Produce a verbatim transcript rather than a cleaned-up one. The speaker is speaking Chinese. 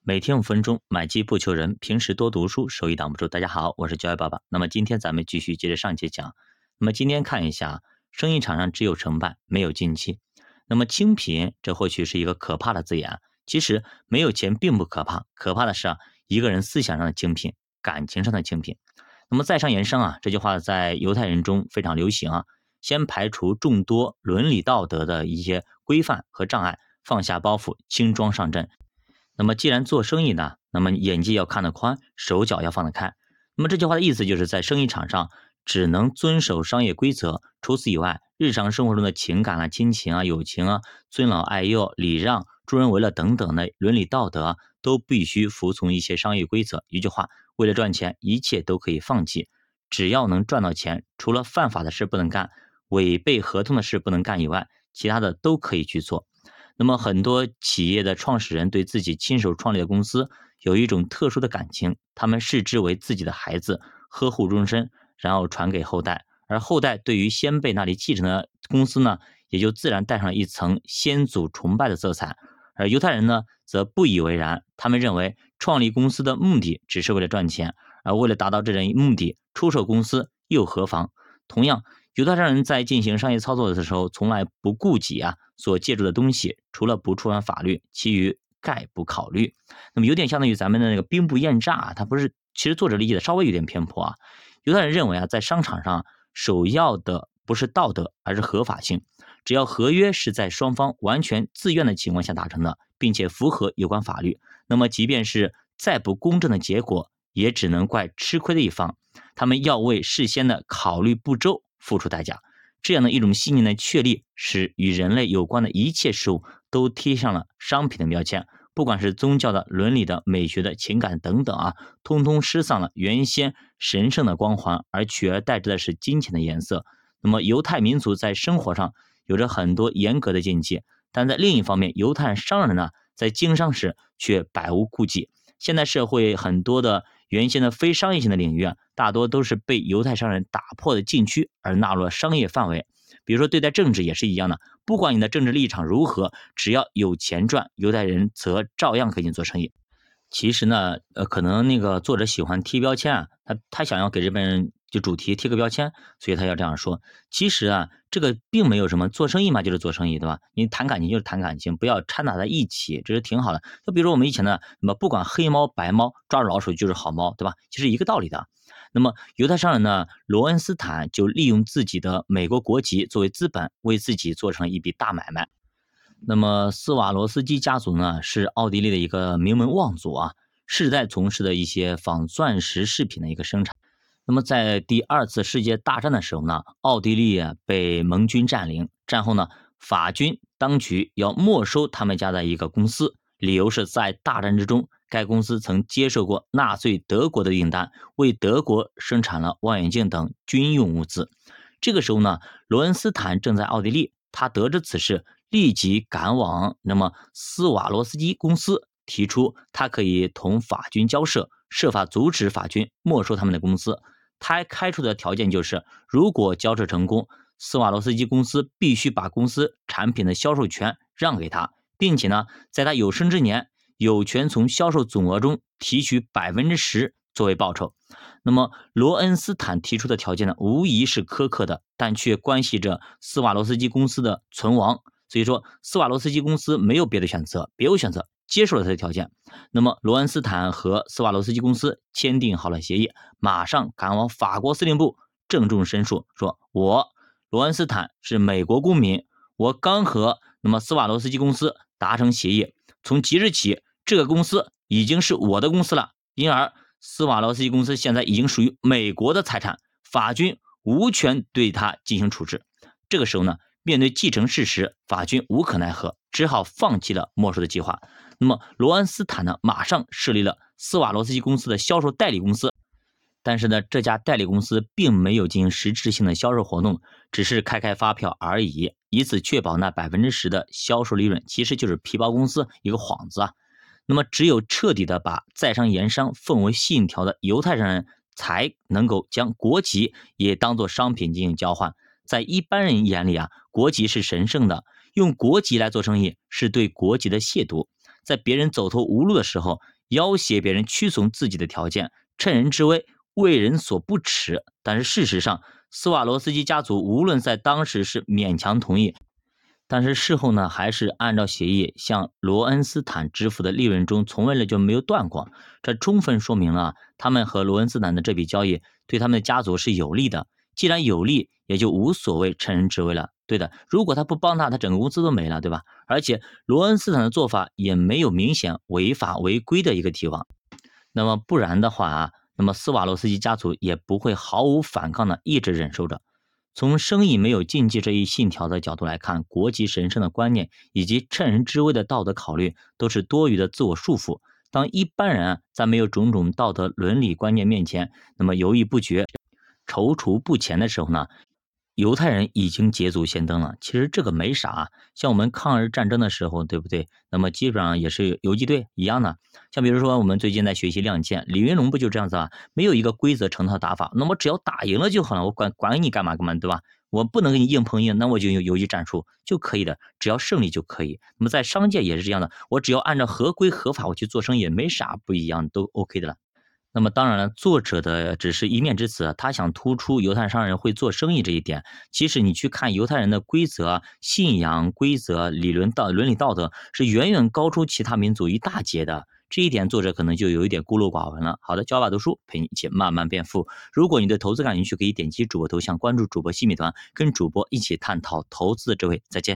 每天五分钟，买基不求人。平时多读书，收益挡不住。大家好，我是教育爸爸。那么今天咱们继续接着上节讲。那么今天看一下，生意场上只有成败，没有近期。那么清贫，这或许是一个可怕的字眼。其实没有钱并不可怕，可怕的是啊，一个人思想上的清贫，感情上的清贫。那么在商言商啊，这句话在犹太人中非常流行啊。先排除众多伦理道德的一些规范和障碍，放下包袱，轻装上阵。那么既然做生意呢，那么眼界要看得宽，手脚要放得开。那么这句话的意思就是在生意场上只能遵守商业规则，除此以外，日常生活中的情感啊、亲情啊、友情啊、尊老爱幼、礼让、助人为乐等等的伦理道德啊，都必须服从一些商业规则。一句话，为了赚钱，一切都可以放弃，只要能赚到钱，除了犯法的事不能干，违背合同的事不能干以外，其他的都可以去做。那么很多企业的创始人对自己亲手创立的公司有一种特殊的感情，他们视之为自己的孩子，呵护终身，然后传给后代。而后代对于先辈那里继承的公司呢，也就自然带上一层先祖崇拜的色彩。而犹太人呢，则不以为然，他们认为创立公司的目的只是为了赚钱，而为了达到这种目的，出售公司又何妨？同样，犹太商人在进行商业操作的时候，从来不顾及啊所借助的东西，除了不触犯法律，其余概不考虑。那么有点相当于咱们的那个兵不厌诈啊，它不是，其实作者理解的稍微有点偏颇啊。犹太人认为啊，在商场上首要的不是道德，而是合法性。只要合约是在双方完全自愿的情况下达成的，并且符合有关法律，那么即便是再不公正的结果，也只能怪吃亏的一方。他们要为事先的考虑不周付出代价。这样的一种信念的确立，使与人类有关的一切事物都贴上了商品的标签，不管是宗教的、伦理的、美学的、情感等等啊，通通失丧了原先神圣的光环，而取而代之的是金钱的颜色。那么犹太民族在生活上有着很多严格的禁忌，但在另一方面，犹太商人呢，在经商时却百无顾忌。现代社会很多的原先的非商业性的领域啊，大多都是被犹太商人打破的禁区而纳入了商业范围。比如说对待政治也是一样的，不管你的政治立场如何，只要有钱赚，犹太人则照样跟你做生意。其实呢，呃，可能那个作者喜欢贴标签啊，他他想要给这本人就主题贴个标签，所以他要这样说。其实啊，这个并没有什么，做生意嘛就是做生意，对吧？你谈感情就是谈感情，不要掺杂在一起，这是挺好的。就比如说我们以前呢，那么不管黑猫白猫，抓住老鼠就是好猫，对吧？其实一个道理的。那么犹太商人呢，罗恩斯坦就利用自己的美国国籍作为资本，为自己做成了一笔大买卖。那么斯瓦罗斯基家族呢，是奥地利的一个名门望族啊，世代从事的一些仿钻石饰品的一个生产。那么在第二次世界大战的时候呢，奥地利啊被盟军占领，战后呢，法军当局要没收他们家的一个公司，理由是在大战之中，该公司曾接受过纳粹德国的订单，为德国生产了望远镜等军用物资。这个时候呢，罗恩斯坦正在奥地利，他得知此事，立即赶往那么斯瓦罗斯基公司，提出他可以同法军交涉，设法阻止法军没收他们的公司。他开出的条件就是，如果交涉成功，斯瓦罗斯基公司必须把公司产品的销售权让给他，并且呢，在他有生之年有权从销售总额中提取百分之十作为报酬。那么罗恩斯坦提出的条件呢，无疑是苛刻的，但却关系着斯瓦罗斯基公司的存亡。所以说，斯瓦罗斯基公司没有别的选择，别无选择，接受了他的条件。那么罗恩斯坦和斯瓦罗斯基公司签订好了协议，马上赶往法国司令部，郑重申诉说，我罗恩斯坦是美国公民，我刚和那么斯瓦罗斯基公司达成协议，从即日起，这个公司已经是我的公司了，因而斯瓦罗斯基公司现在已经属于美国的财产，法军无权对他进行处置。这个时候呢，面对既成事实，法军无可奈何，只好放弃了没收的计划。那么罗恩斯坦呢，马上设立了斯瓦罗斯基公司的销售代理公司。但是呢，这家代理公司并没有进行实质性的销售活动，只是开开发票而已，以此确保那百分之十的销售利润，其实就是皮包公司一个幌子啊。那么只有彻底的把在商言商奉为信条的犹太人，才能够将国籍也当作商品进行交换。在一般人眼里啊，国籍是神圣的，用国籍来做生意是对国籍的亵渎。 在别人走投无路的时候，要挟别人屈从自己的条件，趁人之危，为人所不齿。但是事实上，斯瓦罗斯基家族无论在当时是勉强同意，但是事后呢，还是按照协议向罗恩斯坦支付的利润中从未就没有断过。这充分说明了他们和罗恩斯坦的这笔交易对他们的家族是有利的。既然有利，也就无所谓趁人之危了。对的，如果他不帮他，他整个公司都没了，对吧？而且罗恩斯坦的做法也没有明显违法违规的一个提防。那么不然的话啊，那么斯瓦洛斯基家族也不会毫无反抗的一直忍受着。从生意没有禁忌这一信条的角度来看，国际神圣的观念以及趁人之危的道德考虑都是多余的自我束缚。当一般人啊在没有种种道德伦理观念面前，那么犹豫不决、踌躇不前的时候呢，犹太人已经捷足先登了。其实这个没啥，像我们抗日战争的时候，对不对？那么基本上也是游击队一样的。像比如说我们最近在学习亮剑，李云龙不就这样子啊？没有一个规则成套打法，那么只要打赢了就好了，我管管你干嘛干嘛，对吧？我不能跟你硬碰硬，那我就用游击战术就可以的，只要胜利就可以。那么在商界也是这样的，我只要按照合规合法我去做生意，没啥不一样，都 OK 的了。那么当然了，作者的只是一面之词，他想突出犹太商人会做生意这一点。其实你去看犹太人的规则、信仰、规则、理论道、伦理道德是远远高出其他民族一大截的。这一点作者可能就有一点孤陋寡闻了。好的，教法读书陪你一起慢慢变富。如果你对投资感兴趣，可以点击主播头像关注主播新米团，跟主播一起探讨投资的智慧。再见。